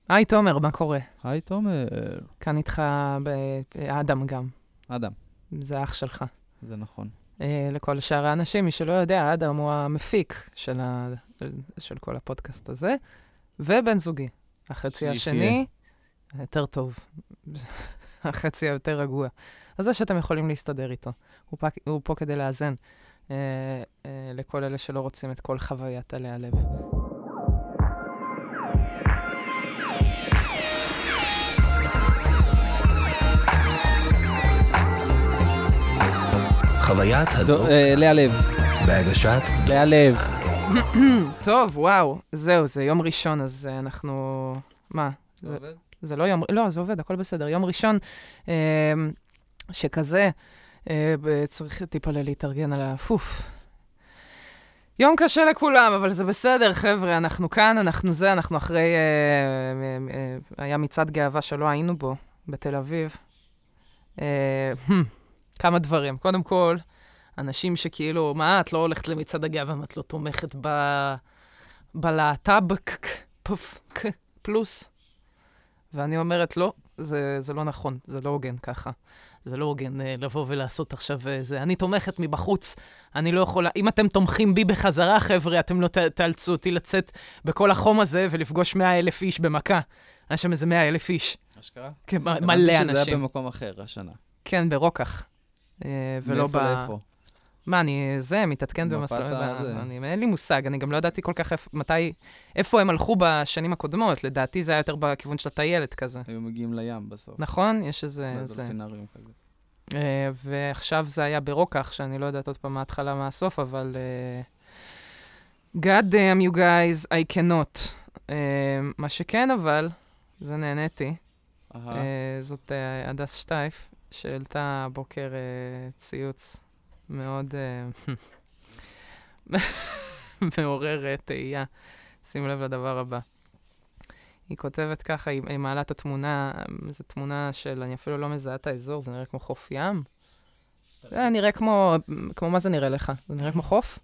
היי תומר, מה קורה? היי תומר. כאן איתך אדם גם. אדם. זה אח שלך. זה נכון. לכל שאר האנשים, מי שלא יודע, אדם הוא המפיק של כל הפודקאסט הזה, ובן זוגי. החצי השני, יותר טוב. החצי היותר רגוע. אז זה שאתם יכולים להסתדר איתו. הוא פה כדי לאזן לכל אלה שלא רוצים את כל חוויית עלי הלב. חוויית הדוק. לאה לב. בהגשת לאה לב. טוב, וואו. זהו, זה יום ראשון, אז אנחנו... מה? זה עובד? זה לא יום... לא, זה עובד, הכל בסדר. יום ראשון שכזה, צריך טיפה להתארגן על הפוף. יום קשה לכולם, אבל זה בסדר, חבר'ה. אנחנו כאן, אנחנו אחרי... היה מצעד גאווה שלא היינו בו, בתל אביב. כמה דברים. קודם כל, אנשים שכאילו, מה, את לא הולכת למצעד הגאווה, את לא תומכת בלהט"ב פלוס. ואני אומרת, לא, זה לא נכון, זה לא הוגן ככה. זה לא הוגן לבוא ולעשות עכשיו זה. אני תומכת מבחוץ, אני לא יכולה... אם אתם תומכים בי בחזרה, חבר'ה, אתם לא תאלצו אותי לצאת בכל החום הזה ולפגוש 100,000 איש במכה. היה שם איזה 100,000 איש. אשכרה? מלא אנשים. שזה היה במקום אחר השנה. כן, ברוקח. ולא ב... לאיפה? מה, אני מתעדכן במסלול... אין לי מושג, אני גם לא ידעתי כל כך איפה הם הלכו בשנים הקודמות. לדעתי זה היה יותר בכיוון של הטיילת כזה. היו מגיעים לים בסוף. נכון? יש איזה... לדולפינריום כזה. ועכשיו זה היה ברוקח, שאני לא יודעת עוד פעם מההתחלה מהסוף, אבל... God damn you guys, I cannot. מה שכן, אבל, זה נהניתי. זאת הדס שטייף, שהעלתה הבוקר ציוץ מאוד מעורר תהייה. שימו לב לדבר הבא. היא כותבת ככה, היא מעלה את התמונה, זו תמונה של, אני אפילו לא מזהה את האזור, זה נראה כמו חוף ים. זה נראה כמו מה זה נראה לך? זה נראה כמו חוף?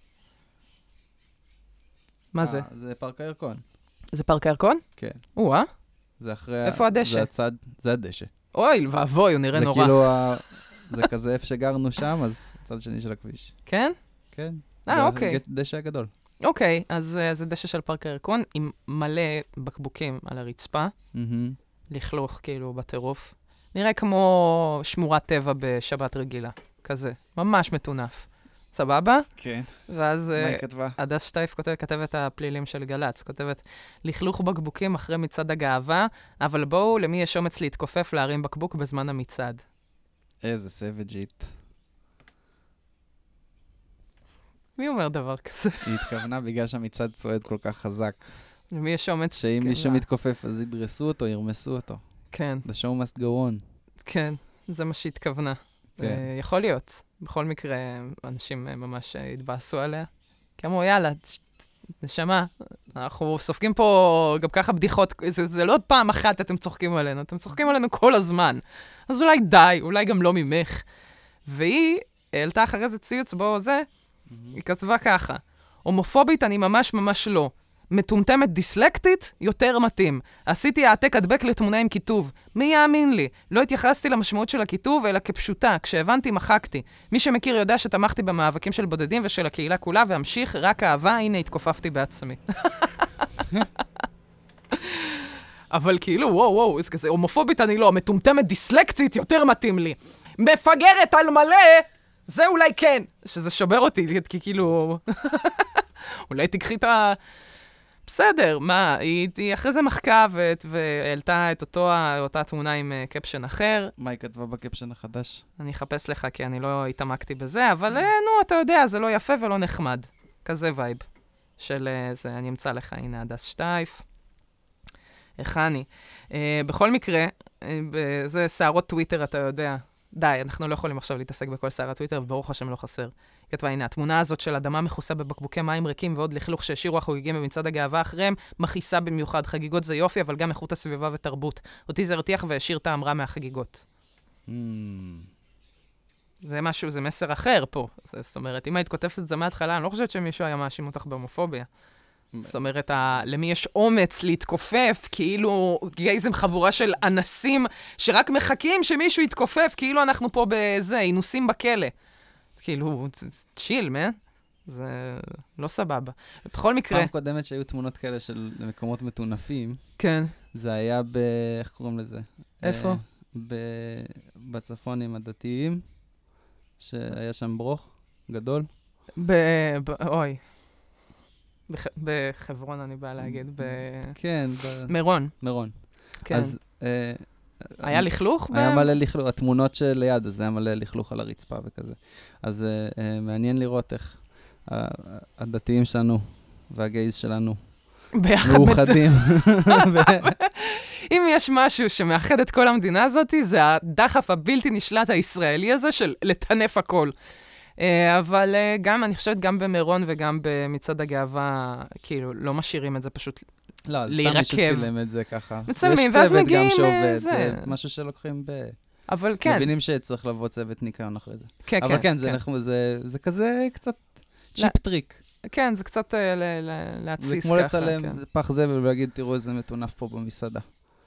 מה זה? זה פארק הירקון. זה פארק הירקון? כן. או-אה. זה אחרי... איפה הדשא? זה הצד, זה הדשא. אוי, ואבוי, הוא נראה נורא. זה כאילו, זה כזה איפה שגרנו שם, אז הצד שני של הכביש. כן? כן. אוקיי. זה דשא הגדול. אוקיי, אז זה דשא של פארק הירקון, עם מלא בקבוקים על הרצפה, לכלוך כאילו בטירוף. נראה כמו שמורת טבע בשבת רגילה, כזה, ממש מטונף. סבבה? כן. ואז מה היא כתבה? הדס שטייף כותבת הפלילים של גלץ, כותבת, לכלוך בקבוקים אחרי מצעד הגאווה, אבל בואו, למי יש אומץ להתכופף להרים בקבוק בזמן המצעד. איזה סווג'ית. מי אומר דבר כזה? היא התכוונה בגלל שהמצעד צועד כל כך חזק. למי יש אומץ... שאם מישהו מתכופף, אז ידרסו אותו, ירמסו אותו. כן. The show must go on. כן, זה מה שהתכוונה. כן. יכול להיות. בכל מקרה, אנשים ממש התבאסו עליה. כמו, יאללה, נשמה, אנחנו סופגים פה גם ככה בדיחות, זה לא עוד פעם אחת אתם צוחקים עלינו, אתם צוחקים עלינו כל הזמן. אז אולי די, אולי גם לא ממך. והיא העלתה אחרי זה ציוץ בו זה, היא כתבה ככה, הומופובית אני ממש ממש לא. מטומטמת דיסלקטית, יותר מתאים. עשיתי העתק הדבק לתמונה עם כיתוב. מי יאמין לי? לא התייחסתי למשמעות של הכיתוב, אלא כפשוטה. כשהבנתי, מחקתי. מי שמכיר יודע שתמכתי במאבקים של בודדים ושל הקהילה כולה, והמשיך רק אהבה, הנה התכופפתי בעצמי. אבל כאילו, וואו, זה כזה, הומופובית אני לא, מטומטמת דיסלקטית, יותר מתאים לי. מפגרת על מלא, זה אולי כן. שזה שובר אותי, כי כאילו... אולי תקחי את ה... בסדר, מה, היא אחרי זה מחקה והעלתה את אותה תמונה עם קפשן אחר. מה היא כתבה בקפשן החדש? אני אחפש לך, כי אני לא התעמקתי בזה, אבל נו, אתה יודע, זה לא יפה ולא נחמד. כזה וייב של זה, אני אמצא לך, הנה הדס שטייף. איך אני? בכל מקרה, זה שערות טוויטר, אתה יודע. די, אנחנו לא יכולים עכשיו להתעסק בכל שערת טוויטר, וברוך השם לא חסר. כתבה, הנה, התמונה הזאת של אדמה מכוסה בבקבוקי מים ריקים ועוד לכלוך שהשאירו החוגגים במצעד הגאווה אחריהם, מכעיסה במיוחד. חגיגות זה יופי, אבל גם איכות הסביבה ותרבות. אותי זה הרתיח והשאיר טעם רע מהחגיגות. זה משהו, זה מסר אחר פה. זאת אומרת, אם היית כותבת את זה מההתחלה, אני לא חושבת שמישהו היה מאשים אותך בהומופוביה. זאת אומרת, למי יש אומץ להתכופף, כאילו גייז הם חבורה של אנסים שרק מחכים שמישהו יתכופף, כאילו אנחנו פה בזה, אינוסים בכלא. כאילו, צ'יל, מן. זה לא סבבה. בכל מקרה... פעם קודמת שהיו תמונות כאלה של מקומות מטונפים, כן. זה היה איך קוראים לזה? איפה? בצפון עם הדתיים, שהיה שם ברוך גדול. אוי. בחברון אני באה להגיד, כן. מירון. מירון. כן. אז... היה לכלוך? היה מלא לכלוך, התמונות שליד, אז היה מלא לכלוך על הרצפה וכזה. אז מעניין לראות איך הדתיים שלנו והגייז שלנו מאוחדים. אם יש משהו שמאחד את כל המדינה הזאת, זה הדחף הבלתי נשלט הישראלי הזה של לטנף הכל. אבל גם, אני חושבת, גם במירון וגם במצעד הגאווה, כאילו, לא משאירים את זה פשוט להירקב. לא, סתם מישהו צילם את זה ככה. מצלמים, ואז מגיעים... יש צוות גם שעובד, זה משהו שלוקחים אבל כן. מבינים שצריך לבוא צוות ניקיון אחרי זה. כן, אבל כן, זה כזה קצת צ'יפ טריק. כן, זה קצת להתסיס ככה. זה כמו לצלם פח זבל ולהגיד, תראו איזה מטונף פה במסעדה.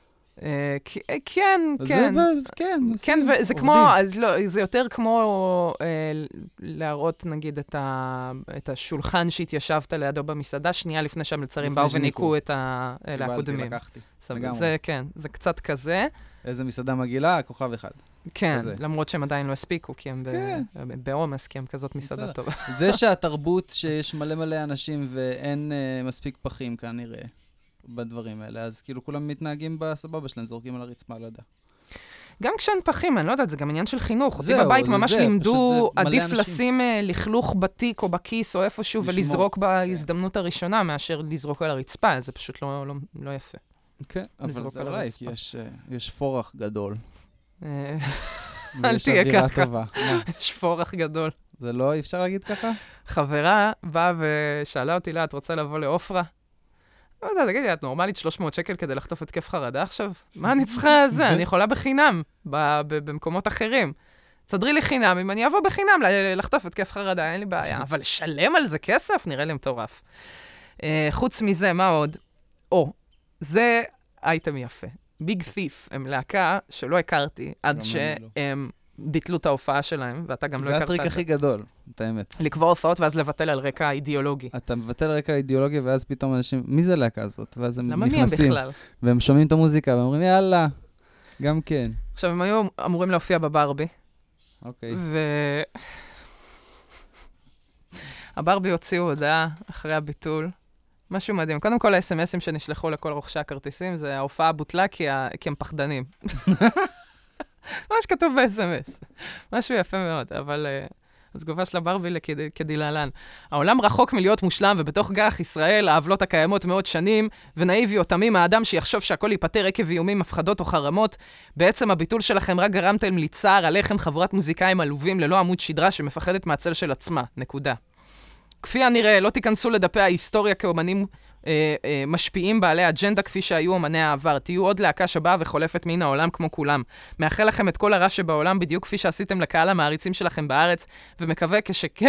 כן, כן. כן, וזה כמו, אז לא, זה יותר כמו להראות, נגיד, את השולחן שהתיישבת לידו במסעדה, שנייה לפני שהמלצרים באו וניקו את האלה הקודמים. לקחתי. זה, כן, זה קצת כזה. איזה מסעדה מגעילה, כוכב אחד. כן, למרות שהם עדיין לא הספיקו, כי הם בעומס, כי הם כזאת מסעדה טובה. זה שהתרבות שיש מלא מלא אנשים ואין מספיק פחים כנראה. בדברים האלה, אז כאילו כולם מתנהגים בסבבה שלהם, זורקים על הרצפה, לא יודע. גם כשאין פחים, אני לא יודעת, זה גם עניין של חינוך. אותי בבית ממש לימדו, עדיף לשים לכלוך בתיק או בכיס או איפשהו ולזרוק בהזדמנות הראשונה, מאשר לזרוק על הרצפה, זה פשוט לא יפה. כן, אבל זה אולי, כי יש פורח גדול. אל תהיה ככה. יש פורח גדול. זה לא, אי אפשר להגיד ככה? חברה באה ושאלה אותי, את רוצה לבוא לאופרה? לא יודע, תגידי, את נורמלית 300 שקל כדי לחטוף התקף חרדה עכשיו? מה אני צריכה זה? אני יכולה בחינם, במקומות אחרים. תסדרי לי חינם, אם אני אבוא בחינם לחטוף התקף חרדה, אין לי בעיה. אבל לשלם על זה כסף? נראה לי מטורף. חוץ מזה, מה עוד? זה אייטם יפה. ביג ת'יף הם להקה שלא הכרתי, עד שהם ביטלו את ההופעה שלהם, ואתה גם לא הכרת את זה. זה הטריק הכי גדול, את האמת. לקבוע הופעות ואז לבטל על רקע אידיאולוגי. אתה מבטל על רקע אידיאולוגי, ואז פתאום אנשים, מי זה להקה הזאת? ואז הם נכנסים. למה מי הם בכלל? והם שומעים את המוזיקה, ואומרים, יאללה, גם כן. עכשיו, הם היו אמורים להופיע בברבי. אוקיי. הברבי הוציאו הודעה אחרי הביטול. משהו מדהים. קודם כל, ה-SMSים שנשלחו לכל רוכשי הכרטיסים, זה ההופעה בוטלה כי הם פחדנים. מה שכתוב ב-SMS. משהו יפה מאוד, אבל התגובה של הברבי כדלהלן. העולם רחוק מלהיות מושלם, ובתוך גח ישראל, העוולות הקיימות מאות שנים, ונאיבי או תמים האדם שיחשוב שהכל ייפטר עקב איומים, הפחדות או חרמות, בעצם הביטול שלכם רק גרמתם לי צער עליכם חבורת מוזיקאים עלובים ללא עמוד שדרה שמפחדת מהצל של עצמה. נקודה. כפי הנראה, לא תיכנסו לדפי ההיסטוריה כאומנים משפיעים בעלי אג'נדה כפי שהיו אומני העבר. תהיו עוד להקה שבאה וחולפת מן העולם כמו כולם. מאחל לכם את כל הרע שבעולם בדיוק כפי שעשיתם לקהל המעריצים שלכם בארץ, ומקווה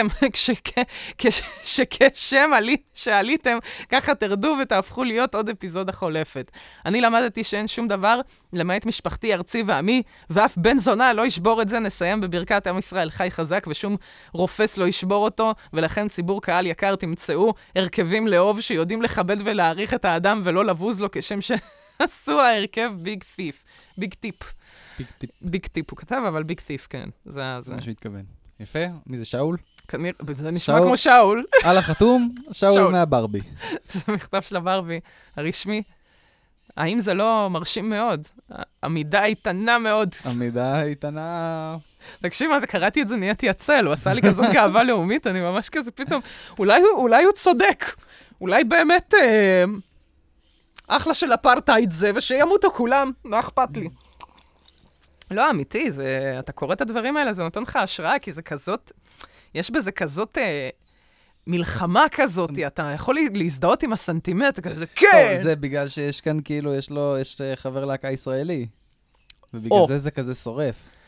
כשם שעליתם, ככה תרדו ותהפכו להיות עוד אפיזודה חולפת. אני למדתי שאין שום דבר, למעט משפחתי, ארצי ועמי, ואף בן זונה לא ישבור את זה. נסיים בברכת עם ישראל חי חזק, ושום רופס לא ישבור אותו, ולכן ציבור קהל יקר תמצאו הרכבים לאהוב שיודעים לכבד ולהעריך את האדם ולא לבוז לו כשם שעשו ההרכב ביג ת'יף. ביג טיפ. ביג טיפ הוא כתב, אבל ביג ת'יף, כן. זה מה שהוא התכוון. יפה? מי זה, שאול? זה נשמע כמו שאול. על החתום, שאול מהברבי. זה מכתב של הברבי הרשמי. האם זה לא מרשים מאוד? עמידה איתנה מאוד. עמידה איתנה... תקשיב מה זה, קראתי את זה, נהייתי עצל, הוא עשה לי כזאת גאווה לאומית, אני ממש כזה פתאום, אולי הוא צודק, אולי באמת אחלה של אפרטהייד זה, ושימותו כולם, לא אכפת לי. לא, אמיתי, אתה קורא את הדברים האלה, זה נותן לך השראה, כי זה כזאת, יש בזה כזאת מלחמה כזאת, אתה יכול להזדהות עם הסנטימנט, כזה, כן! זה בגלל שיש כאן כאילו, יש חבר להקה ישראלי, ובגלל זה כזה שורף.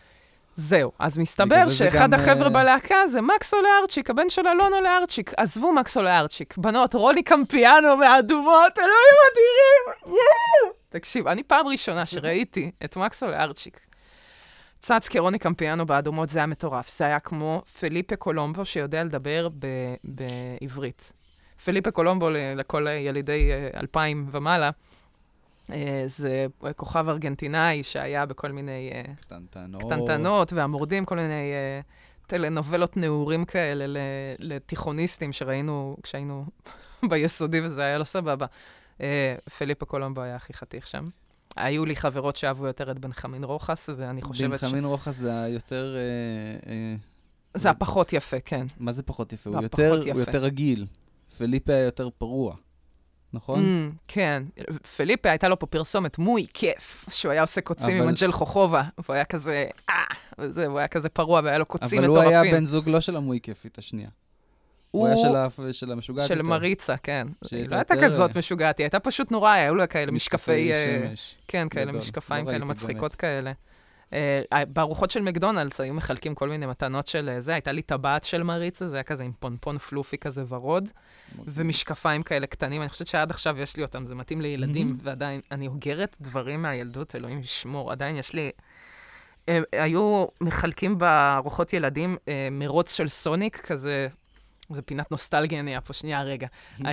זהו, אז בגלל מסתבר זה שאחד גם, החבר'ה בלהקה זה מקסו לארצ'יק, הבן של אלונו לארצ'יק. עזבו מקסו לארצ'יק. בנות, רוני קמפיאנו מהאדומות, אלוהים אדירים! תקשיב, אני פעם ראשונה שראיתי את מקסו לארצ'יק. צץ כרוני קמפיאנו באדומות, זה היה מטורף. זה היה כמו פליפה קולומבו שיודע לדבר בעברית. פליפה קולומבו, לכל ילידי 2000 ומעלה, זה כוכב ארגנטינאי שהיה בכל מיני קטנטנות והמורדים, כל מיני טלנובלות נעורים כאלה לתיכוניסטים שראינו כשהיינו ביסודי, וזה היה לא סבבה. פליפה קולומבו היה הכי חתיך שם. היו לי חברות שאהבו יותר את בנחמין רוחס, ואני חושבת בנחמין רוחס זה היותר... זה הפחות יפה, כן. מה זה פחות יפה? הוא יותר רגיל. פליפה היה יותר פרוע, נכון? כן. פליפה הייתה לו פה פרסומת מוי כיף, שהוא היה עושה קוצים עם אנג'ל חוכובה, והוא היה כזה, הוא היה כזה פרוע, והיה לו קוצים מטורפים. אבל הוא היה בן זוג לא של המוי כיפית השנייה. הוא היה של המשוגעת של מריצה, כן. היא לא הייתה כזאת משוגעת, היא הייתה פשוט נורא, היו לה כאלה משקפי שמש. כן, כאלה משקפיים כאלה מצחיקות כאלה. בארוחות של מקדונלדס היו מחלקים כל מיני מתנות של זה, הייתה לי טבעת של מריצה, זה היה כזה עם פונפון פלופי כזה ורוד, ומשקפיים כאלה קטנים, אני חושבת שעד עכשיו יש לי אותם, זה מתאים לילדים, ועדיין אני אוגרת דברים מהילדות, אלוהים ישמור, עדיין יש לי... היו מחלקים בארוחות ילדים מרוץ של סוניק, כזה, זה פינת נוסטלגיה נהיה פה, שנייה רגע,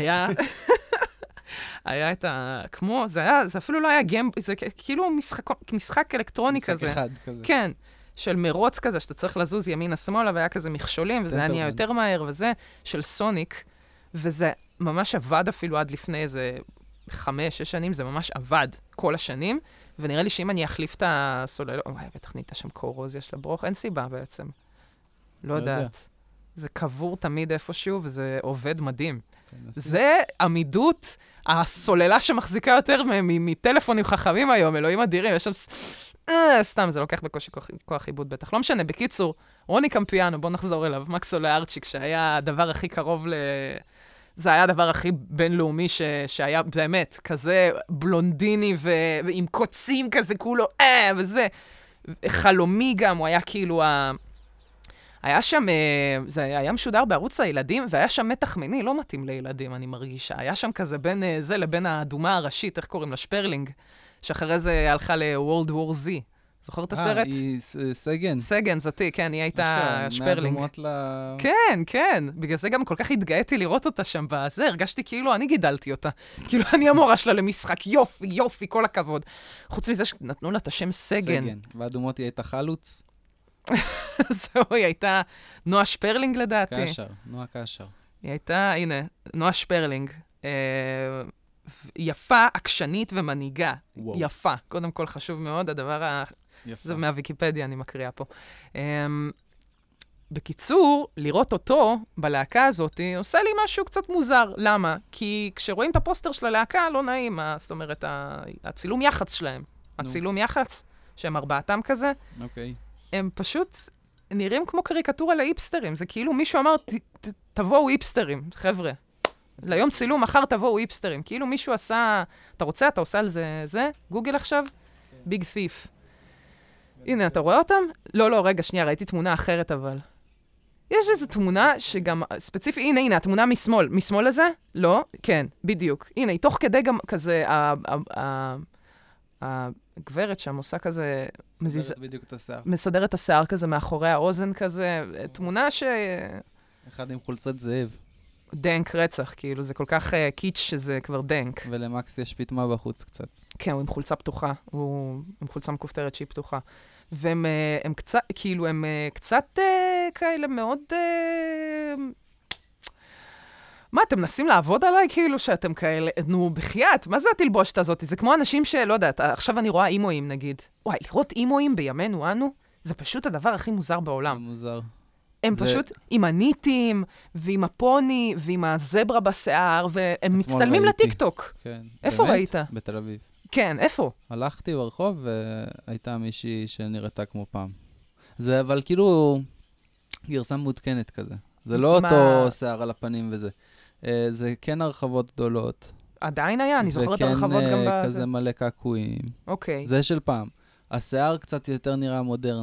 היה את כמו, זה אפילו לא היה גיים, זה כאילו משחק אלקטרוני כזה. משחק אחד כזה. כן, של מרוץ כזה, שאתה צריך לזוז ימינה-שמאלה, והיה כזה מכשולים, וזה היה נהיה יותר מהר, וזה של סוניק, וזה ממש עבד אפילו עד לפני איזה 5-6 שנים, זה ממש עבד כל השנים, ונראה לי שאם אני אחליף את הסוללות, בטח נהייתה שם קורוזיה של הברוך, אין סיבה בעצם. לא יודעת. זה קבור תמיד איפשהו, וזה עובד מדהים. זה עמידות, הסוללה שמחזיקה יותר מטלפונים חכמים היום, אלוהים אדירים, יש שם... סתם, זה לוקח בקושי כוח עיבוד בטח. לא משנה, בקיצור, רוני קמפיאנו, בוא נחזור אליו, מקסו לארצ'יק, שהיה הדבר הכי קרוב זה היה הדבר הכי בינלאומי שהיה באמת כזה בלונדיני ועם קוצים כזה, כולו, וזה. חלומי גם, הוא היה כאילו היה שם, זה היה משודר בערוץ הילדים, והיה שם מתח מיני, לא מתאים לילדים, אני מרגישה. היה שם כזה בין זה לבין האדומה הראשית, איך קוראים לה? שפרלינג, שאחרי זה הלכה ל-World War Z. זוכר את הסרט? היא סגן. סגן, זאתי, כן, היא הייתה שפרלינג. מהדומות כן, כן. בגלל זה גם כל כך התגאיתי לראות אותה שם בזה, הרגשתי כאילו אני גידלתי אותה. כאילו אני המורה שלה למשחק, יופי, יופי, כל הכבוד. חוץ מזה שנתנו לה את השם סגן. סגן. והדומות היא הייתה חלוץ. זהו, היא הייתה נועה שפרלינג לדעתי. נועה קשר. היא הייתה, הנה, נועה שפרלינג. יפה, עקשנית ומנהיגה. יפה. קודם כל חשוב מאוד, הדבר זה מהוויקיפדיה, אני מקריאה פה. בקיצור, לראות אותו בלהקה הזאת, עושה לי משהו קצת מוזר. למה? כי כשרואים את הפוסטר של הלהקה, לא נעים. זאת אומרת, הצילום יח"צ שלהם. הצילום יח"צ, שהם ארבעתם כזה. אוקיי. הם פשוט נראים כמו קריקטורה לאיפסטרים. זה כאילו מישהו אמר, תבואו איפסטרים, חבר'ה. ליום צילום, מחר תבואו איפסטרים. כאילו מישהו עשה, אתה רוצה, אתה עושה על זה, גוגל עכשיו, ביג ת'יף. הנה, אתה רואה אותם? לא, רגע, שנייה, ראיתי תמונה אחרת אבל. יש איזו תמונה שגם, ספציפי, הנה, התמונה משמאל. משמאל לזה? לא? כן, בדיוק. הנה, היא תוך כדי גם כזה, הגברת שם עושה כזה... מסדרת בדיוק את השיער. מסדרת את השיער כזה מאחורי האוזן כזה. תמונה אחד עם חולצת זאב. דנק רצח, כאילו, זה כל כך קיץ' שזה כבר דנק. ולמקס יש פתמה בחוץ קצת. כן, הוא עם חולצה פתוחה. הוא עם חולצה מכופתרת שהיא פתוחה. והם קצת, כאילו, הם קצת כאלה מאוד... מה, אתם מנסים לעבוד עליי? כאילו שאתם כאלה, נו, בחייאת, מה זה התלבושת הזאת? זה כמו אנשים שלא יודעת, עכשיו אני רואה אימואים נגיד. וואי, לראות אימואים בימינו אנו, זה פשוט הדבר הכי מוזר בעולם. מוזר. הם פשוט עם הניטים, ועם הפוני, ועם הזברה בשיער, והם מצטלמים לטיקטוק. כן. איפה ראית? בתל אביב. כן, איפה? הלכתי ברחוב והייתה מישהי שנראתה כמו פעם. זה אבל כאילו גרסה מעודכנת כזה. זה לא אותו שיער על הפנים וזה. זה כן הרחבות גדולות. עדיין היה, אני זוכרת הרחבות גם בזה. וכן כזה מלא קעקועים. אוקיי. זה של פעם. השיער קצת יותר נראה מודרני.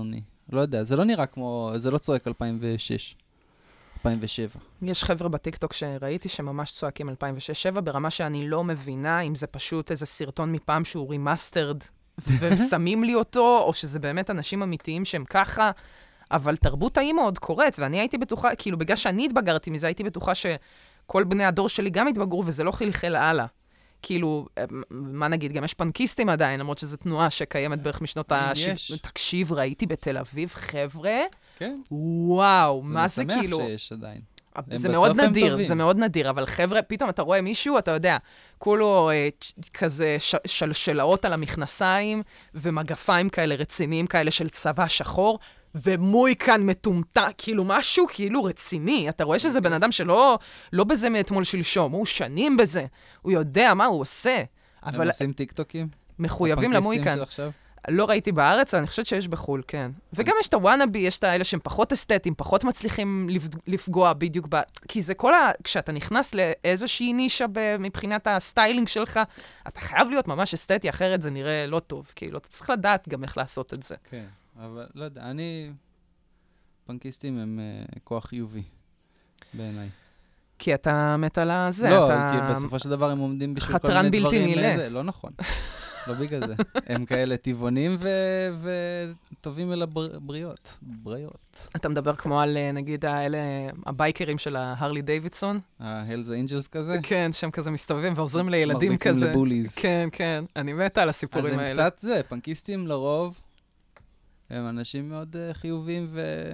לא יודע, זה לא נראה כמו, זה לא צועק 2006, 2007. יש חבר'ה בטיקטוק שראיתי שממש צועקים 2006-2007, ברמה שאני לא מבינה אם זה פשוט איזה סרטון מפעם שהוא רימאסטרד, ושמים לי אותו, או שזה באמת אנשים אמיתיים שהם ככה, אבל תרבות האימא עוד קורית, ואני הייתי בטוחה, כאילו בגלל שאני התבגרתי מזה, הייתי בטוחה שכל בני הדור שלי גם התבגרו, וזה לא חילחל הלאה. כאילו, מה נגיד, גם יש פנקיסטים עדיין, למרות שזו תנועה שקיימת בערך משנות תקשיב, ראיתי בתל אביב, חבר'ה, כן. וואו, מה זה כאילו... אני שמח שיש עדיין. זה מאוד נדיר, זה מאוד נדיר, אבל חבר'ה, פתאום אתה רואה מישהו, אתה יודע, כולו כזה שלשלאות על המכנסיים, ומגפיים כאלה רציניים כאלה של צבא שחור, ומוי כאן מטומטה, כאילו משהו כאילו רציני. אתה רואה שזה בן אדם שלא בזה מאתמול שלשום, הוא שנים בזה, הוא יודע מה הוא עושה. הם עושים טיקטוקים? מחויבים למוי כאן. לא ראיתי בארץ, אני חושבת שיש בחול, כן. וגם יש את הוואנאבי, יש את האלה שהם פחות אסתטיים, פחות מצליחים לפגוע בדיוק כי זה כשאתה נכנס לאיזושהי נישה מבחינת הסטיילינג שלך, אתה חייב להיות ממש אסתטי, אחרת זה נראה לא טוב. כאילו, אתה צריך לדעת גם איך לעשות את זה. כן, אבל לא יודע, פנקיסטים הם כוח חיובי, בעיניי. כי אתה מת על הזה, לא, כי בסופו של דבר הם עומדים בשביל כל מיני דברים. לא נכון. לא בגלל זה. הם כאלה טבעונים וטובים אל הבריות. אתה מדבר כמו על, נגיד, הבייקרים של ההרלי דיווידסון? ההלס אנג'לס כזה? כן, שהם כזה מסתובבים ועוזרים לילדים כזה. מרביצים לבוליז. כן, כן. אני מתה על הסיפורים האלה. אז הם קצת זה, פנקיסטים לרוב, הם אנשים מאוד חיוביים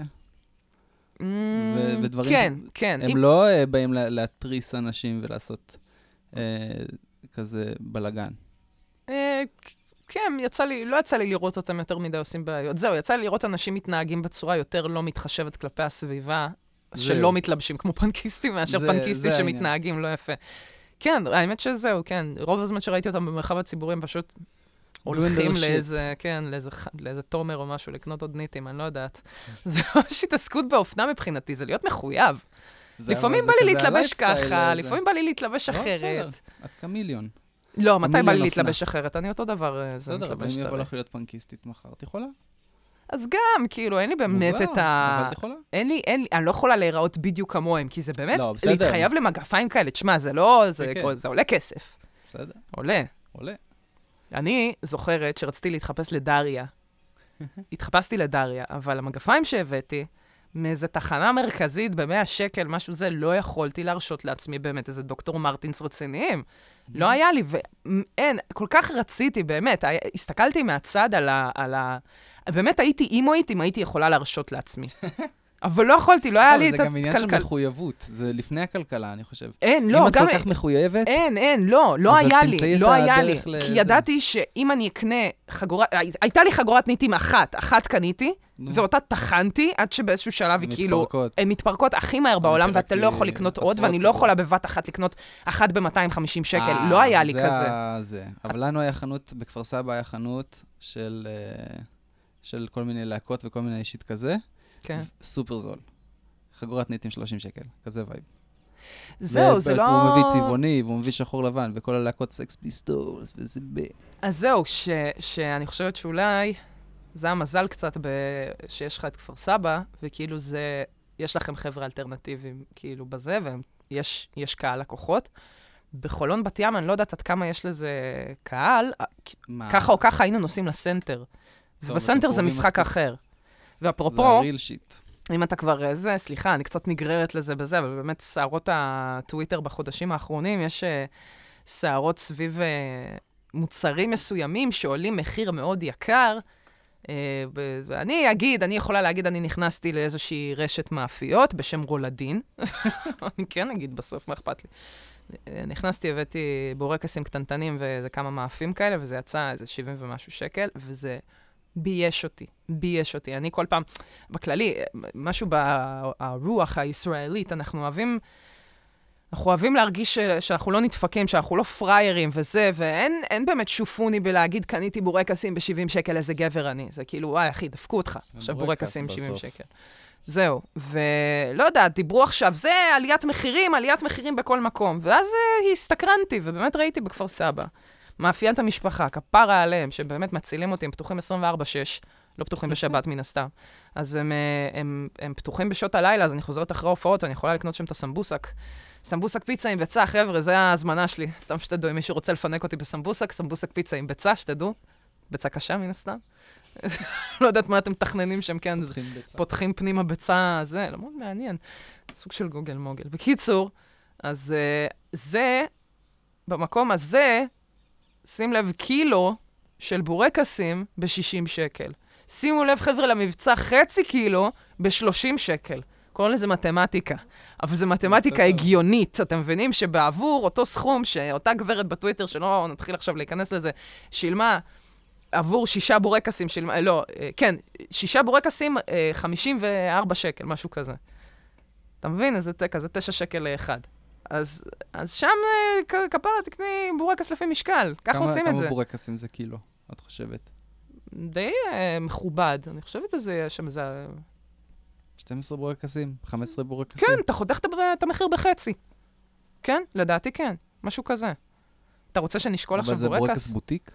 ודברים... כן, כן. הם לא באים להתריס אנשים ולעשות כזה בלגן. כן, לא יצא לי לראות אותם יותר מדי עושים בעיות. זהו, יצא לי לראות אנשים מתנהגים בצורה יותר לא מתחשבת כלפי הסביבה, שלא מתלבשים כמו פנקיסטים, מאשר פנקיסטים שמתנהגים לא יפה. כן, האמת שזהו, כן. רוב הזמן שראיתי אותם במרחב הציבורי, הם פשוט הולכים לאיזה תומר או משהו, לקנות עוד ניטים, אני לא יודעת. זה ממש התעסקות באופנה מבחינתי, זה להיות מחויב. לפעמים בא לי להתלבש ככה, לפעמים בא לי להתלבש אחרת. את קמיליון. לא, מתי בא לי להתלבש אחרת? אני אותו דבר, זה מתלבש. בסדר, אבל אם יבוא לך להיות פנקיסטית מחר, את יכולה? אז גם, כאילו, אין לי באמת את ה... אבל את יכולה? אני לא יכולה להיראות בדיוק כמוהם, כי זה באמת להתחייב למגפיים כאלה. תשמע, זה לא... זה עולה כסף. בסדר. עולה. עולה. אני זוכרת שרציתי להתחפש לדריה. התחפשתי לדריה, אבל המגפיים שהבאתי, מאיזו תחנה מרכזית ב100 שקל, משהו זה, לא יכולתי להרשות לעצמי באמת איזה דוקטור מרטינס רציניים. לא היה לי, ואין, כל כך רציתי, באמת, הסתכלתי מהצד על ה... באמת הייתי אימואית אם הייתי יכולה להרשות לעצמי. אבל לא יכולתי, לא היה לי את הכלכלה. זה גם עניין של מחויבות, זה לפני הכלכלה, אני חושב. אין, לא, אם את כל כך מחויבת... אין, לא היה לי, לא היה לי. כי ידעתי שאם אני אקנה חגורת... הייתה לי חגורת ניטים אחת קניתי, ואותה תחנתי, עד שבאיזשהו שלב היא כאילו... הן מתפרקות הכי מהר בעולם, ואתה לא יכול לקנות עוד, ואני לא יכולה בבת אחת לקנות אחת ב-250 שקל. לא היה לי כזה. זה. אבל לנו היה חנות, בכפר סבא היה חנות של כל מיני להקות וכל מיני אישית כזה. כן. סופר זול. חגורת ניטים 30 שקל. כזה וייב. זהו, זה לא... הוא מביא צבעוני, והוא מביא שחור לבן, וכל הלהקות סקס פיסטולס, וזה ב... אז זהו, שאני חושבת שאולי זה המזל קצת שיש לך את כפר סבא, וכאילו זה... יש לכם חבר'ה אלטרנטיביים כאילו בזה, ויש קהל לקוחות. בחולון בת ים, אני לא יודעת עד כמה יש לזה קהל, ככה או ככה היינו נוסעים לסנטר. ובסנטר זה משחק אחר. ואפרופו, אם אתה כבר סליחה, אני קצת נגררת לזה בזה, אבל באמת סערות הטוויטר בחודשים האחרונים, יש סערות סביב מוצרים מסוימים שעולים מחיר מאוד יקר, ואני יכולה להגיד, אני נכנסתי לאיזושהי רשת מאפיות בשם רולדין, אני כן אגיד בסוף, מה אכפת לי? נכנסתי, הבאתי בורקסים קטנטנים וכמה מאפים כאלה, וזה יצא איזה 70 ומשהו שקל, וזה... בייש אותי. אני כל פעם, בכללי, משהו ברוח הישראלית, אנחנו אוהבים להרגיש שאנחנו לא נדפקים, שאנחנו לא פריירים וזה, ואין באמת שופוני בלהגיד, קניתי בורקסים ב-70 שקל, איזה גבר אני. זה כאילו, וואי, אחי, דפקו אותך. עכשיו בורקסים ב-70 שקל. זהו. ולא יודע, דיברו עכשיו, זה עליית מחירים בכל מקום. ואז הסתקרנתי, ובאמת ראיתי בכפר סבא. מאפיין את המשפחה, כפרה עליהם, שבאמת מצילים אותי, הם פתוחים 24/6, לא פתוחים בשבת מן הסתם. אז הם פתוחים בשעות הלילה, אז אני חוזרת אחרי ההופעות, אני יכולה לקנות שם את הסמבוסק. סמבוסק פיצה עם ביצה, חבר'ה, זה ההזמנה שלי. סתם שתדעו, אם מישהו רוצה לפנק אותי בסמבוסק, סמבוסק פיצה עם ביצה, שתדעו. ביצה קשה מן הסתם. לא יודעת מה אתם מתכננים שם, כן, פותחים פנימה ביצה, זה, לא מאוד מעניין. סוג של גוגל מוגל. בקיצור, אז זה, במקום הזה, שים לב, קילו של בורקסים ב-60 שקל. שימו לב, חבר'ה, למבצע חצי קילו ב-30 שקל. קוראים לזה מתמטיקה. אבל זה מתמטיקה הגיונית. אתם מבינים שבעבור אותו סכום שאותה גברת בטוויטר, שלא נתחיל עכשיו להיכנס לזה, שילמה עבור 6 בורקסים, לא, כן, 6 בורקסים, 54 שקל, משהו כזה. אתה מבין? אז זה 9 שקל לאחד. אז שם כפרה תקני בורקס לפי משקל. ככה עושים את זה. כמה בורקסים זה קילו, את חושבת? די מכובד. אני חושבת שזה שם איזה... 12 בורקסים? 15 בורקסים? כן, אתה חותך את המחיר בחצי. כן? לדעתי כן. משהו כזה. אתה רוצה שנשקול עכשיו בורקס? אבל זה בורקס בוטיק?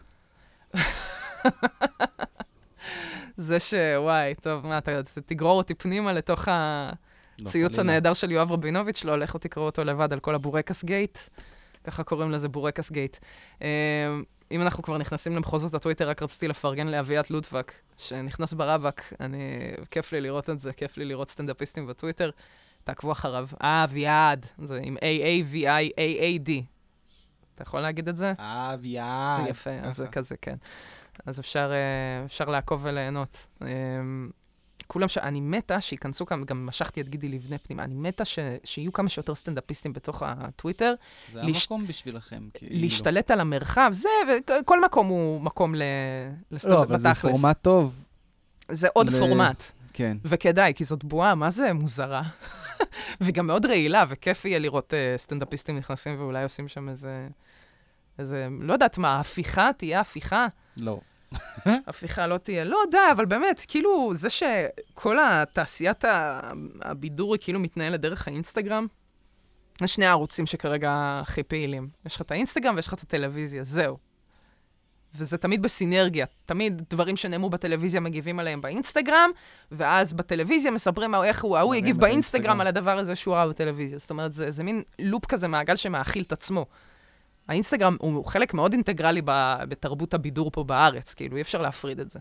זה וואי, טוב, מה, אתה תגרור אותי פנימה לתוך הציוץ הנהדר של יואב רבינוביץ', לא הולך ותקראו אותו לבד על כל הבורקס גייט. ככה קוראים לזה בורקס גייט. אם אנחנו כבר נכנסים למחוזות הטוויטר, רק רציתי לפרגן לאביעד לודבק, שנכנס ברבק. כיף לי לראות את זה, כיף לי לראות סטנדאפיסטים בטוויטר. תעקבו אחריו. אביעד, זה עם A-A-V-I-A-A-D. אתה יכול להגיד את זה? אביעד. יפה, אז זה כזה, כן. אז אפשר לעקוב וליהנות. כולם אני מתה שיכנסו כאן, גם משכתי את גידי לבני פנים, אני מתה שיהיו כמה שיותר סטנדאפיסטים בתוך הטוויטר. זה המקום בשבילכם. להשתלט על המרחב, זה, וכל מקום הוא מקום לסטנדאפ בתכלס. לא, אבל זה פורמט טוב. זה עוד פורמט. כן. וכדאי, כי זאת בועה, מה זה מוזרה? וגם מאוד רעילה, וכיף יהיה לראות סטנדאפיסטים נכנסים, ואולי עושים שם איזה, לא יודעת מה, הפיכה, תהיה הפיכה? לא. הפיכה לא תהיה. לא יודע, אבל באמת, כאילו, זה שכל התעשיית הבידור היא כאילו מתנהלת דרך האינסטגרם, יש שני הערוצים שכרגע הכי פעילים. יש לך את האינסטגרם ויש לך את הטלוויזיה, זהו. וזה תמיד בסינרגיה. תמיד דברים שנאמרו בטלוויזיה מגיבים עליהם באינסטגרם, ואז בטלוויזיה מספרים איך הוא יגיב באינסטגרם על הדבר הזה שהוא ראה בטלוויזיה. זאת אומרת, זה מין לופ כזה מעגל שמאכיל את עצמו. האינסטגרם הוא חלק מאוד אינטגרלי בתרבות הבידור פה בארץ, כאילו, אי אפשר להפריד את זה.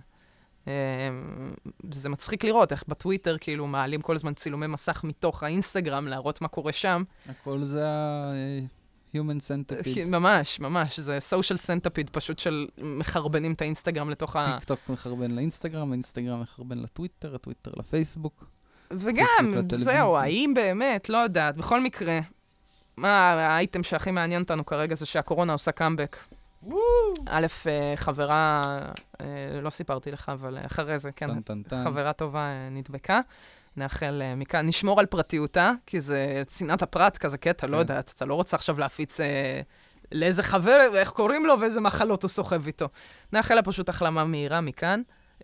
זה מצחיק לראות איך בטוויטר, כאילו, מעלים כל הזמן צילומי מסך מתוך האינסטגרם, להראות מה קורה שם. הכל זה ה-human centipede. ממש, ממש. זה social centipede פשוט של מחרבנים את האינסטגרם לתוך טיק טוק מחרבן לאינסטגרם, האינסטגרם מחרבן לטוויטר, הטוויטר לפייסבוק. וגם, זהו, האם באמת, לא יודעת, בכל מקרה, מה האייטם שהכי מעניין אותנו כרגע זה שהקורונה עושה קאמבק. א', חברה, לא סיפרתי לך, אבל אחרי זה, כן, חברה טובה נדבקה. נאחל מכאן, נשמור על פרטיותה, כי זה צנעת הפרט כזה קטע, לא יודעת, אתה לא רוצה עכשיו להפיץ לאיזה חבר, איך קוראים לו ואיזה מחלות הוא סוחב איתו. נאחל לה פשוט החלמה מהירה מכאן,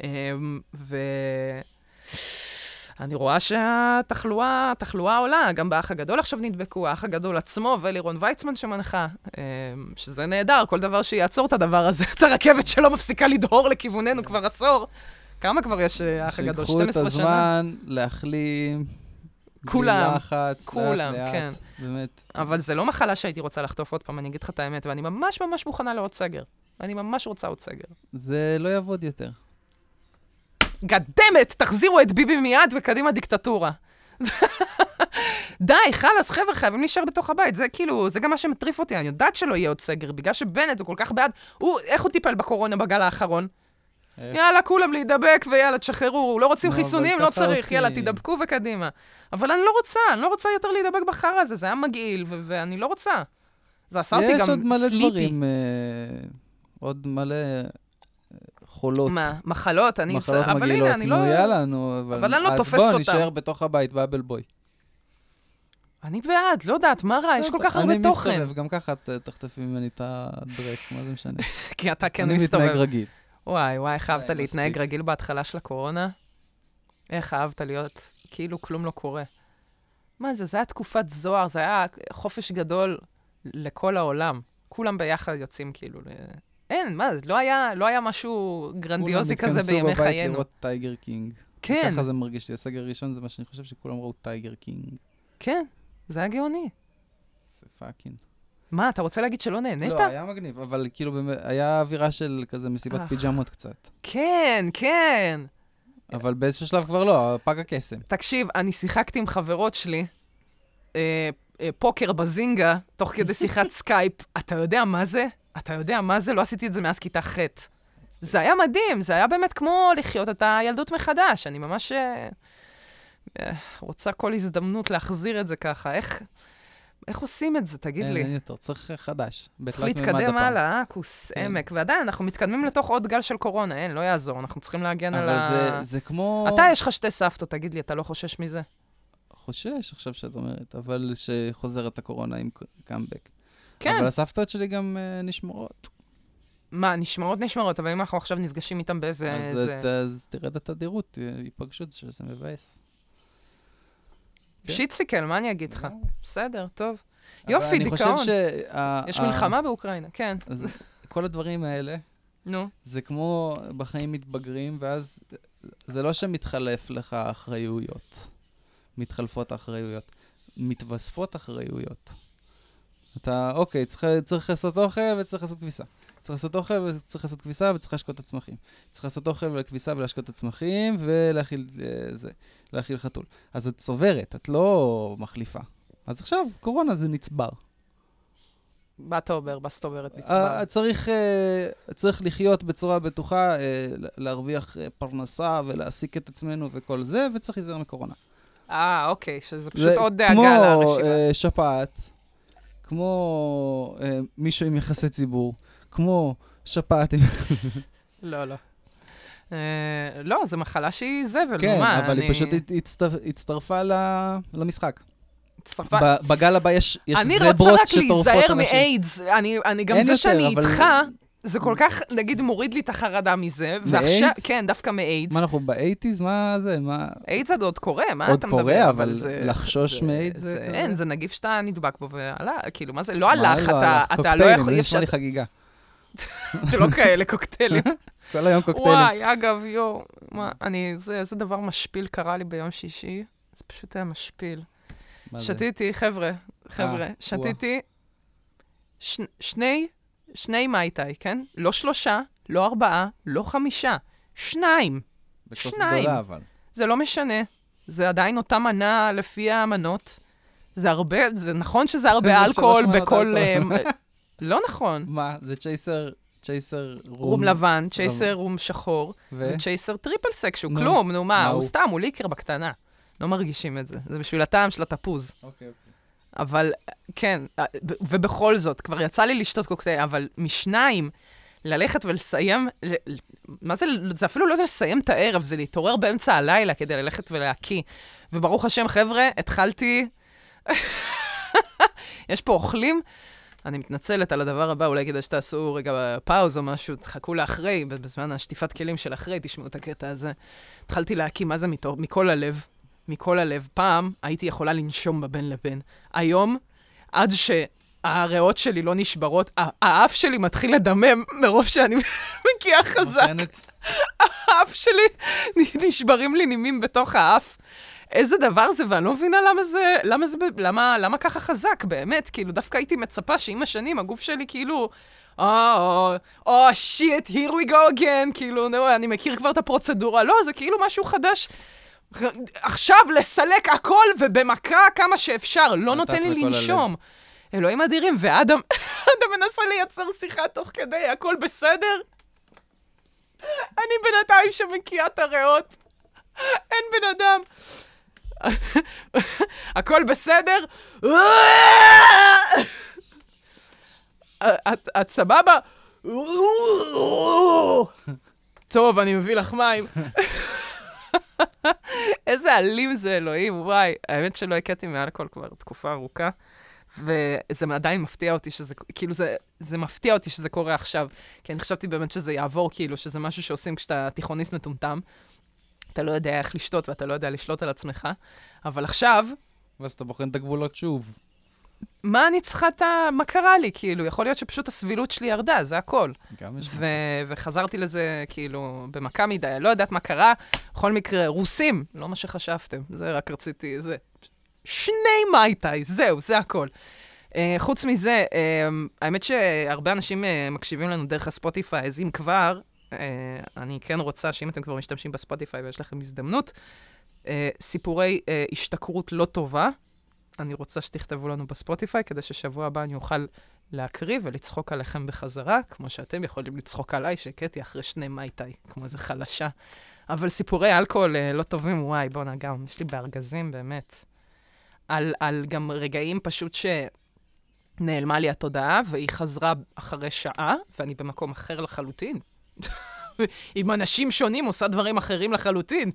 אני רואה שהתחלואה עולה, גם באח הגדול עכשיו נדבקו, האח הגדול עצמו ולירון ויצמן שמנחה, שזה נהדר, כל דבר שיעצור את הדבר הזה, את הרכבת שלא מפסיקה לדהור לכיווננו כבר עשור. כמה כבר יש האח הגדול? 12 שנה? שיקחו את הזמן להחלים, כולם, לחץ, כולם, לאט, כן. באמת. אבל זה לא מחלה שהייתי רוצה לחטוף עוד פעם, אני אגיד לך את האמת, ואני ממש ממש מוכנה לעוד סגר. אני ממש רוצה עוד סגר. זה לא יעבוד יותר. גדמת, תחזירו את ביבי מיד וקדימה דיקטטורה. די, חלאס, חבר'ה, חייבים להישאר בתוך הבית. זה כאילו, זה גם מה שמטריף אותי. אני יודעת שלא יהיה עוד סגר, בגלל שבנט הוא כל כך בעד. איך הוא טיפל בקורונה בגל האחרון? יאללה, כולם להידבק ויאללה, תשחררו. לא רוצים חיסונים, לא צריך. יאללה, תידבקו וקדימה. אבל אני לא רוצה יותר להידבק בחר הזה. זה היה מגעיל, ואני לא רוצה. זה עשה אותי גם סליפי. יש עוד מלא דברים, עוד מלא חולות. מה? מחלות? מחלות מגעילות. נו, יאללה, נו. אבל אני לא תופסת אותם. אז בוא, נשאר בתוך הבית, באבל בוי. אני בעד, לא יודעת, מה רע? יש כל כך הרבה תוכן. אני מסתובב, גם ככה תחטפי ממני את הדרק, מה זה משנה? כי אתה כן מסתובב. אני מתנהג רגיל. וואי, איך אהבת להתנהג רגיל בהתחלה של הקורונה? איך אהבת להיות, כאילו כלום לא קורה. מה זה? זה היה תקופת זוהר, זה היה חופש גדול לכל העולם. כולם ביחד יוצאים כאילו אין, מה, לא היה משהו גרנדיוזי כזה בימי כולם התכנסו בבית חיינו. לראות טייגר קינג. כן, ככה זה מרגיש לי. הסגר הראשון זה מה שאני חושב שכולם ראו טייגר קינג. כן, זה היה גאוני. זה פאקינג. מה, אתה רוצה להגיד שלא נהנית? לא, היה מגניב, אבל כאילו באמת, היה אווירה של כזה מסיבת פיג'מות קצת. כן, כן. אבל באיזשהו שלב כבר לא, פג הקסם. תקשיב, אני שיחקתי עם חברות שלי, פוקר בזינגה, תוך כדי שיחת סקייפ. אתה יודע מה זה? אתה יודע מה זה? לא עשיתי את זה מאז כיתה ח'. זה היה מדהים, זה היה באמת כמו לחיות את הילדות מחדש. אני ממש רוצה כל הזדמנות להחזיר את זה ככה. איך עושים את זה? תגיד לי. אין יותר, צריך חדש. צריך להתקדם הלאה, כוס עמק. ועדיין, אנחנו מתקדמים לתוך עוד גל של קורונה, אין, לא יעזור. אנחנו צריכים להגן על אבל זה כמו... אתה, יש לך 2 סבתות, תגיד לי, אתה לא חושש מזה? חושש, עכשיו שאת אומרת, אבל שחוזרת הקורונה עם קאמבק. כן. אבל הסבתות שלי גם נשמרות. מה, נשמרות, אבל אם אנחנו עכשיו נפגשים איתם באיזה... אז תרד התדירות, ייפגשות שזה מבאס. שיטסיקל, מה אני אגיד לך? בסדר, טוב. יופי, דיכאון. אני חושב יש מלחמה באוקראינה, כן. כל הדברים האלה, נו. זה כמו בחיים מתבגרים, ואז זה לא שמתחלף לך אחריויות. מתחלפות אחריויות. מתווספות אחריויות. אתה, אוקיי, צריך לעשות אוכל וצריך לעשות כביסה. צריך לעשות אוכל וצריך לעשות כביסה וצריך להשקות את הצמחים. צריך לעשות אוכל וכביסה ולהשקות את הצמחים ולהאכיל חתול. אז את צוברת, את לא מחליפה. אז עכשיו, קורונה זה נצבר. בסטוברת נצבר. צריך לחיות בצורה בטוחה, להרוויח פרנסה ולהעסיק את עצמנו וכל זה, וצריך להיזהר מקורונה. אוקיי, שזה פשוט עוד דאגה לרשימה. כמו שפעת, כמו מישהו עם יחסי ציבור, כמו שפעת עם... לא. לא, זו מחלה שהיא זבל. כן, אבל היא פשוט הצטרפה למשחק. בגל הבא יש זברות שטורפות אנשים. אני רוצה רק להיזהר מאיידס. אני גם זה שאני איתך, זה כל כך, נגיד, מוריד לי את החרדה מזה. מאיידס? כן, דווקא מאיידס. מה, אנחנו באייטיז? מה זה? איידס עוד קורה, מה אתה מדבר? עוד קורה, אבל לחשוש מאיידס זה... אין, זה נגיף שאתה נדבק בו ועלה, כאילו, מה זה? לא הלך, אתה לא יכול... קוקטיילים, זה נשמע לי חגיגה. זה לא כאלה קוקטיילים. כל היום קוקטיילים. וואי, אגב, זה דבר משפיל קרה לי ביום שישי. זה פשוט היה משפיל. שתיתי, חבר'ה, שתיתי שני מייטאי, כן? לא 3, לא 4, לא 5, 2. בכוס גדולה, אבל. זה לא משנה. זה עדיין אותה מנה לפי המנות. זה הרבה, זה נכון שזה הרבה אלכוהול בכל... לא נכון. מה? זה צ'ייסר רום לבן, צ'ייסר רום שחור, וצ'ייסר טריפל סק, שהוא כלום, נו מה, הוא סתם, הוא ליקר בקטנה. לא מרגישים את זה. זה בשביל הטעם של התפוז. אוקיי. אבל, כן, ובכל זאת, כבר יצא לי לשתות קוקטייל, אבל משניים, ללכת ולסיים, מה זה, זה אפילו לא לסיים את הערב, זה להתעורר באמצע הלילה כדי ללכת ולהקיא. וברוך השם, חבר'ה, התחלתי... יש פה אוכלים, אני מתנצלת על הדבר הבא, אולי כדי שתעשו רגע פאוז או משהו, תחכו לאחרי, בזמן השטיפת כלים של אחרי, תשמעו את הקטע הזה. התחלתי להקיא, מה זה מכל הלב? מכל הלב. פעם הייתי יכולה לנשום בבין לבין. היום, עד שהריאות שלי לא נשברות, האף שלי מתחיל לדמם מרוב שאני מקיאה חזק. האף שלי נשברים לי נימים בתוך האף. איזה דבר זה, ואני לא מבינה למה ככה חזק, באמת. כאילו, דווקא הייתי מצפה שעם השנים הגוף שלי כאילו, שיט, here we go again, כאילו, אני מכיר כבר את הפרוצדורה. לא, זה כאילו משהו חדש. עכשיו לסלק הכל ובמכה כמה שאפשר, לא נותן לי לנשום. אלוהים אדירים, ואדם מנסה לייצר שיחה תוך כדי, הכל בסדר? אני בינתיים שמקיאה את הריאות. אין בן אדם. הכל בסדר? את סבבה? טוב, אני מביא לך מים. איזה אלים זה, אלוהים, וואי. האמת שלא הכיתי מאלכוהול כבר תקופה ארוכה, וזה עדיין מפתיע אותי שזה, כאילו זה מפתיע אותי שזה קורה עכשיו, כי אני חשבתי באמת שזה יעבור, כאילו, שזה משהו שעושים כשאתה תיכוניסט מטומטם. אתה לא יודע איך לשתות ואתה לא יודע לשלוט על עצמך, אבל עכשיו... ואז אתה בוחן את הגבולות שוב. מה אני צריכה מה קרה לי, כאילו, יכול להיות שפשוט הסבילות שלי ירדה, זה הכל. גם יש מצב. וחזרתי לזה, כאילו, במכה מדי, לא יודעת מה קרה, בכל מקרה, רוסים, לא מה שחשבתם, זה רק רציתי, זה 2 מייטאי, זהו, זה הכל. חוץ מזה, האמת שהרבה אנשים מקשיבים לנו דרך הספוטיפיי, אז אם כבר, אני כן רוצה שאם אתם כבר משתמשים בספוטיפיי ויש לכם הזדמנות, סיפורי השתכרות לא טובה, אני רוצה שתכתבו לנו בספוטיפיי, כדי ששבוע הבא אני אוכל להקריא ולצחוק עליכם בחזרה, כמו שאתם יכולים לצחוק עליי, שקטי אחרי 2 מייטאי, כמו איזה חלשה. אבל סיפורי אלכוהול לא טובים, וואי, בוא נגם, יש לי בארגזים, באמת. על גם רגעים פשוט שנעלמה לי התודעה, והיא חזרה אחרי שעה, ואני במקום אחר לחלוטין. עם אנשים שונים עושה דברים אחרים לחלוטין.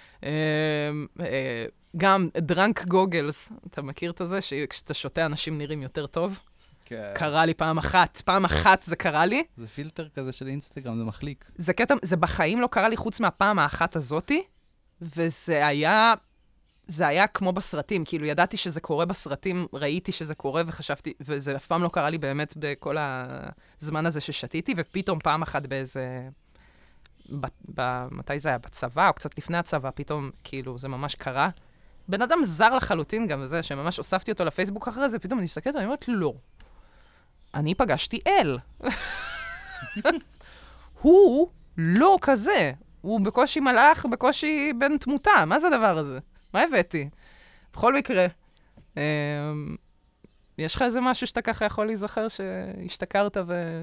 גם דרנק גוגלס, אתה מכיר את זה? שכשאתה שותה אנשים נראים יותר טוב? כן. קרה לי פעם אחת זה קרה לי. זה פילטר כזה של אינסטגרם, זה מחליק. זה קטע, זה בחיים לא קרה לי חוץ מהפעם האחת הזאתי, וזה היה כמו בסרטים, כאילו ידעתי שזה קורה בסרטים, ראיתי שזה קורה וחשבתי, וזה אף פעם לא קרה לי באמת בכל הזמן הזה ששתיתי, ופתאום פעם אחת באיזה... מתי זה היה? בצבא, או קצת לפני הצבא, פתאום, כאילו, זה ממש קרה. בן אדם זר לחלוטין גם זה, שממש הוספתי אותו לפייסבוק אחרי זה, פתאום אני מסתכלת, אני אומרת, לא. אני פגשתי אל. הוא לא כזה. הוא בקושי מלאך, בקושי בן תמותה. מה זה הדבר הזה? מה הבאתי? בכל מקרה, יש לך איזה משהו שאתה ככה יכול להיזכר שהשתכרת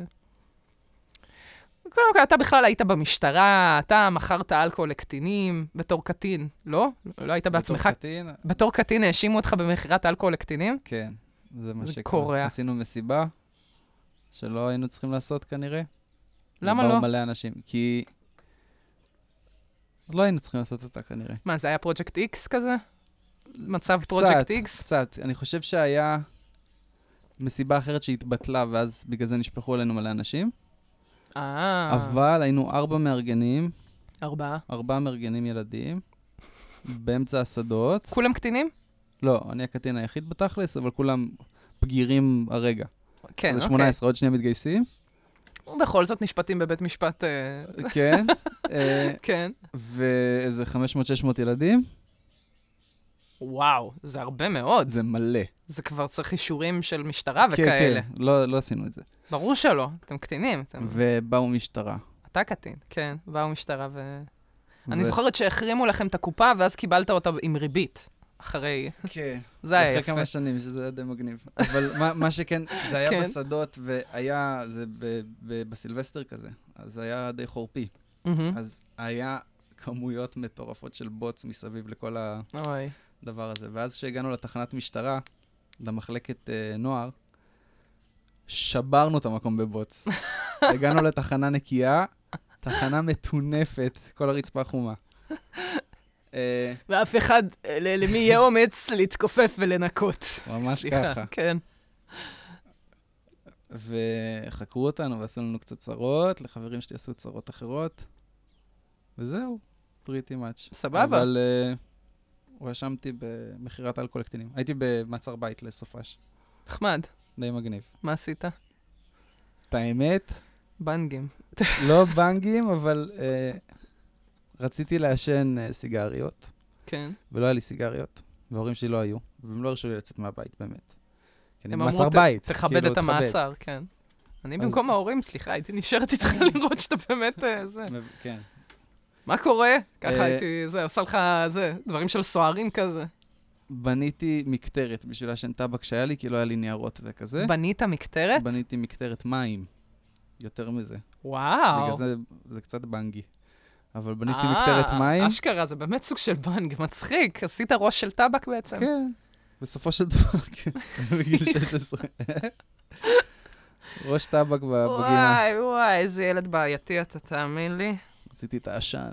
קודם כל, אתה בכלל היית במשטרה, אתה מכרת אלכוהול לקטינים בתור קטין, לא? לא היית בעצמך? בתור קטין? בתור קטין האשימו אותך במכירת אלכוהול לקטינים? כן, זה מה זה שקורה. קורה. עשינו מסיבה שלא היינו צריכים לעשות כנראה. למה ובאו לא? מלא אנשים, כי לא היינו צריכים לעשות אותה כנראה. מה, זה היה פרויקט X כזה? מצב פרויקט X? קצת. אני חושב שהיה מסיבה אחרת שהתבטלה, ואז בגלל זה נשפכו עלינו מלא אנשים. אבל היינו 4 מארגנים. 4. 4 מארגנים ילדים, באמצע השדות. כולם קטינים? לא, אני הקטין היחיד בתכלס, אבל כולם בגירים הרגע. כן, זה אוקיי. 18, עוד 2 מתגייסים. ובכל זאת נשפטים בבית משפט... כן. כן. ואיזה 500-600 ילדים. וואו, זה הרבה מאוד. זה מלא. זה כבר צריך אישורים של משטרה וכאלה. כן, לא עשינו את זה. ברור שלא, אתם קטינים. ובאו משטרה. אתה קטין, כן, באו משטרה אני זוכרת שהחרימו לכם את הקופה, ואז קיבלת אותה עם ריבית. אחרי... כן. זה היה יפה. אחרי כמה שנים, שזה היה די מגניב. אבל מה שכן, זה היה כן. בשדות, והיה, זה בסילבסטר כזה, אז זה היה די חורפי. אז היה כמויות מטורפות של בוץ מסביב לכל אוי. הדבר הזה. ואז כשהגענו לתחנת משטרה, למחלקת נוער, שברנו את המקום בבוץ. הגענו לתחנה נקייה, תחנה מטונפת, כל הרצפה חומה. ואף אחד, למי יהיה אומץ להתכופף ולנקות. ממש סליחה, ככה. כן. וחקרו אותנו ועשו לנו קצת צרות, לחברים שלי עשו צרות אחרות, וזהו, pretty much. סבבה. אבל הואשמתי במכירת אלכוהול לקטינים. הייתי במעצר בית לסופש. נחמד. די מגניב. מה עשית? את האמת, בנגים. לא בנגים, אבל רציתי לעשן סיגריות, כן. ולא היה לי סיגריות, וההורים שלי לא היו, והם לא הרשו לי לצאת מהבית, באמת. כי אני הם במעצר אמרו, בית. תכבד כאילו, את המעצר, כן. אני במקום ההורים, סליחה, הייתי נשארת איתך לראות שאתה באמת זה. כן. מה קורה? ככה הייתי, זה, עושה לך, זה, דברים של סוערים כזה. בניתי מקטרת בשביל לעשן טבק שהיה לי, כי לא היה לי ניירות וכזה. בנית מקטרת? בניתי מקטרת מים. יותר מזה. וואו. בגלל זה קצת בנגי. אבל בניתי מקטרת מים. אשכרה, זה באמת סוג של בנג, מצחיק. עשית ראש של טבק בעצם. כן. בסופו של דבר, כן. בגיל 16. ראש טבק בגינה. וואי, איזה ילד בעייתי אתה, תאמין לי. רציתי את העשן.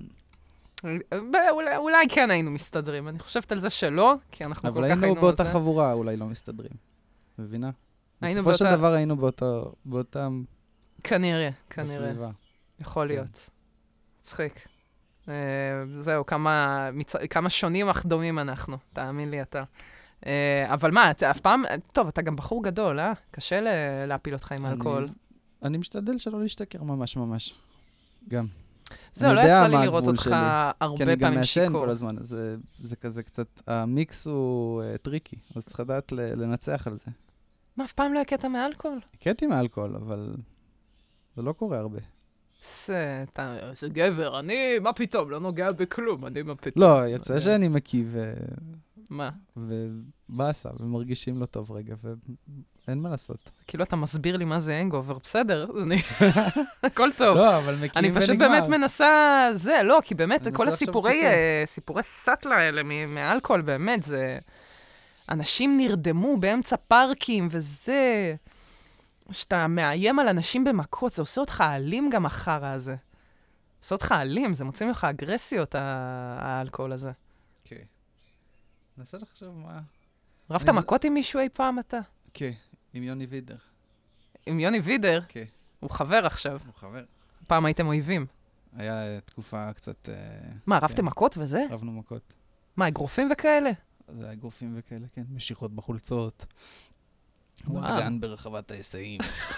אולי כן היינו מסתדרים. אני חושבת על זה שלא, כי אנחנו כל כך היינו... אבל היינו באותה חבורה, אולי לא מסתדרים. מבינה? בסופו של דבר היינו באותם... כנראה. בסביבה. יכול להיות. צחיק. זהו, כמה שונים אך דומים אנחנו, תאמין לי אתה. אבל מה, אתה אף פעם... טוב, אתה גם בחור גדול, אה? קשה להפיל אותך עם אלכוהול. אני משתדל שלא להשתכר ממש. גם. זהו, לא יצא לי לראות אותך הרבה פעמים כי אני גם מעשן שיקור. כל הזמן, אז זה כזה קצת... המיקס הוא טריקי, אז צריך לדעת לנצח על זה. מה, אף פעם לא הקטע מאלכוהול? הקטעתי מאלכוהול, אבל זה לא קורה הרבה. זה גבר, אני, מה פתאום, לא נוגע בכלום, אני מה פתאום. לא, יצא שאני מקיא מה? ובאסה, ומרגישים לא טוב רגע, ואין מה לעשות. כאילו אתה מסביר לי מה זה הנגובר, בסדר, הכל טוב. לא, אבל מקיים ונגמר. אני פשוט באמת מנסה, לא, כי באמת כל סיפורי סאטלה האלה מאלכוהול, באמת, זה... אנשים נרדמו באמצע פארקים, וזה... שאתה מאיים על אנשים במכות, זה עושה אותך אלים גם החרא הזה. עושה אותך אלים, זה מוצאים לך אגרסיות, האלכוהול הזה. כן. נסה לחשוב מה... רבת מכות עם מישהו אי פעם אתה? כן, עם יוני וידר. עם יוני וידר? כן. הוא חבר עכשיו. הוא חבר. פעם הייתם אויבים. היה תקופה קצת... מה, רבתם מכות וזה? רבנו מכות. מה, אגרופים וכאלה? זה היה גרופים וכאלה, כן. משיכות בחולצות. וואו. נגן ברחבת ההיסעים.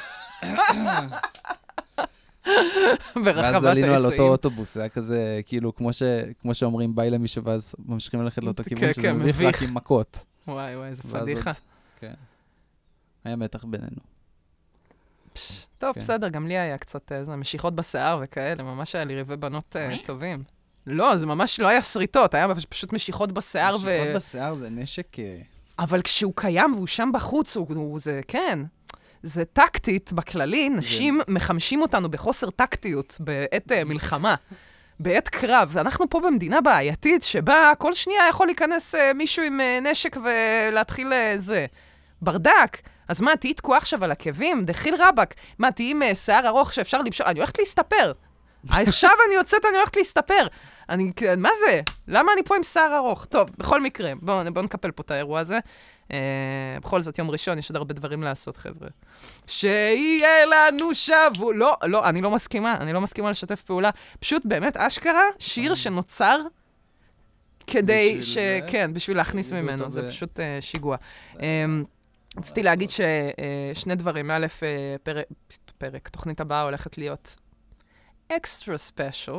ברחבת ואז עלינו על אותו ההיסעים. אוטובוס, זה היה כזה, כאילו, כמו שאומרים, ביי למישהו, ואז ממשיכים ללכת לאותו כיוון, כן, שזה כן, מביך מביך. רק עם מכות. וואי, איזה ואז פדיחה. עוד- כן. היה מתח בינינו. טוב, כן. בסדר, גם לי היה קצת משיכות בשיער וכאלה, ממש היה לי ריבי בנות טובים. לא, זה ממש לא היה שריטות, היה פשוט משיכות בשיער משיכות בשיער זה נשק... אבל כשהוא קיים והוא שם בחוץ, זה, כן, זה טקטית בכללי, נשים מחמשים אותנו בחוסר טקטיות בעת מלחמה, בעת קרב. ואנחנו פה במדינה בעייתית, שבה כל שנייה יכול להיכנס מישהו עם נשק ולהתחיל זה. ברדק. אז מה, תהי תקועה עכשיו על עקבים? דחיל רבק. מה, תהי עם שיער ארוך שאפשר למשול? אני הולכת להסתפר. עכשיו אני יוצאת, אני הולכת להסתפר. מה זה? למה אני פה עם שיער ארוך? טוב, בכל מקרה, בואו נקפל פה את האירוע הזה. בכל זאת, יום ראשון, יש עוד הרבה דברים לעשות, חבר'ה. שיהיה לנו שבוע... לא, אני לא מסכימה לשתף פעולה. פשוט באמת, אשכרה, שיר שנוצר כדי כן, בשביל להכניס ממנו. זה פשוט שיגוע. רציתי להגיד ששני דברים. א', פרק, תוכנית הבאה הולכת להיות אקסטרה ספיישל.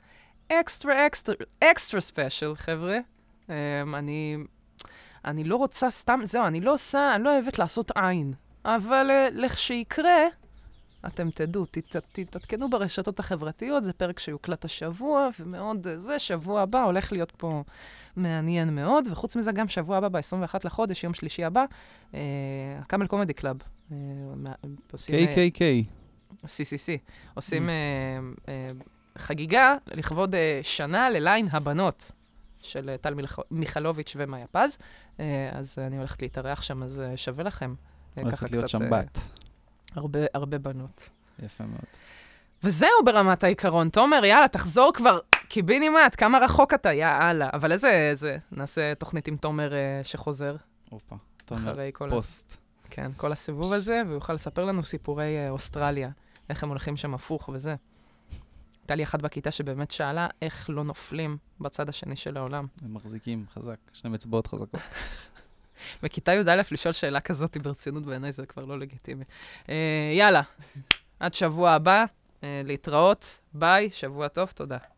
אקסטרה ספיישל, חבר'ה. אני לא רוצה סתם, זהו, אני לא אוהבת לעשות עין. אבל לכשיקרה, אתם תדעו, תתעדכנו ברשתות החברתיות, זה פרק שיוקלט השבוע, ומאוד זה, שבוע הבא הולך להיות פה מעניין מאוד, וחוץ מזה גם שבוע הבא, ב-21 לחודש, יום שלישי הבא, הקאמל קומדי קלאב. KKK. CCC. עושים חגיגה לכבוד שנה לליין הבנות של טל מיכלוביץ' ומאיה פז. אז אני הולכת להתארח שם, אז שווה לכם. הולכת להיות שם בת. הרבה בנות. יפה מאוד. וזהו ברמת העיקרון. תומר, יאללה, תחזור כבר. קיבינימט, כמה רחוק אתה, יאללה. אבל איזה, נעשה תוכנית עם תומר שחוזר. אופה, תומר, פוסט. כן, כל הסיבוב הזה, והוא יוכל לספר לנו סיפורי אוסטרליה, איך הם הולכים שם הפוך וזה. הייתה לי אחת בכיתה שבאמת שאלה איך לא נופלים בצד השני של העולם. הם מחזיקים חזק, יש להם אצבעות חזקות. בכיתה י"א לשאול שאלה כזאת ברצינות בעיניי זה כבר לא לגיטימי. יאללה, עד שבוע הבא, להתראות, ביי, שבוע טוב, תודה.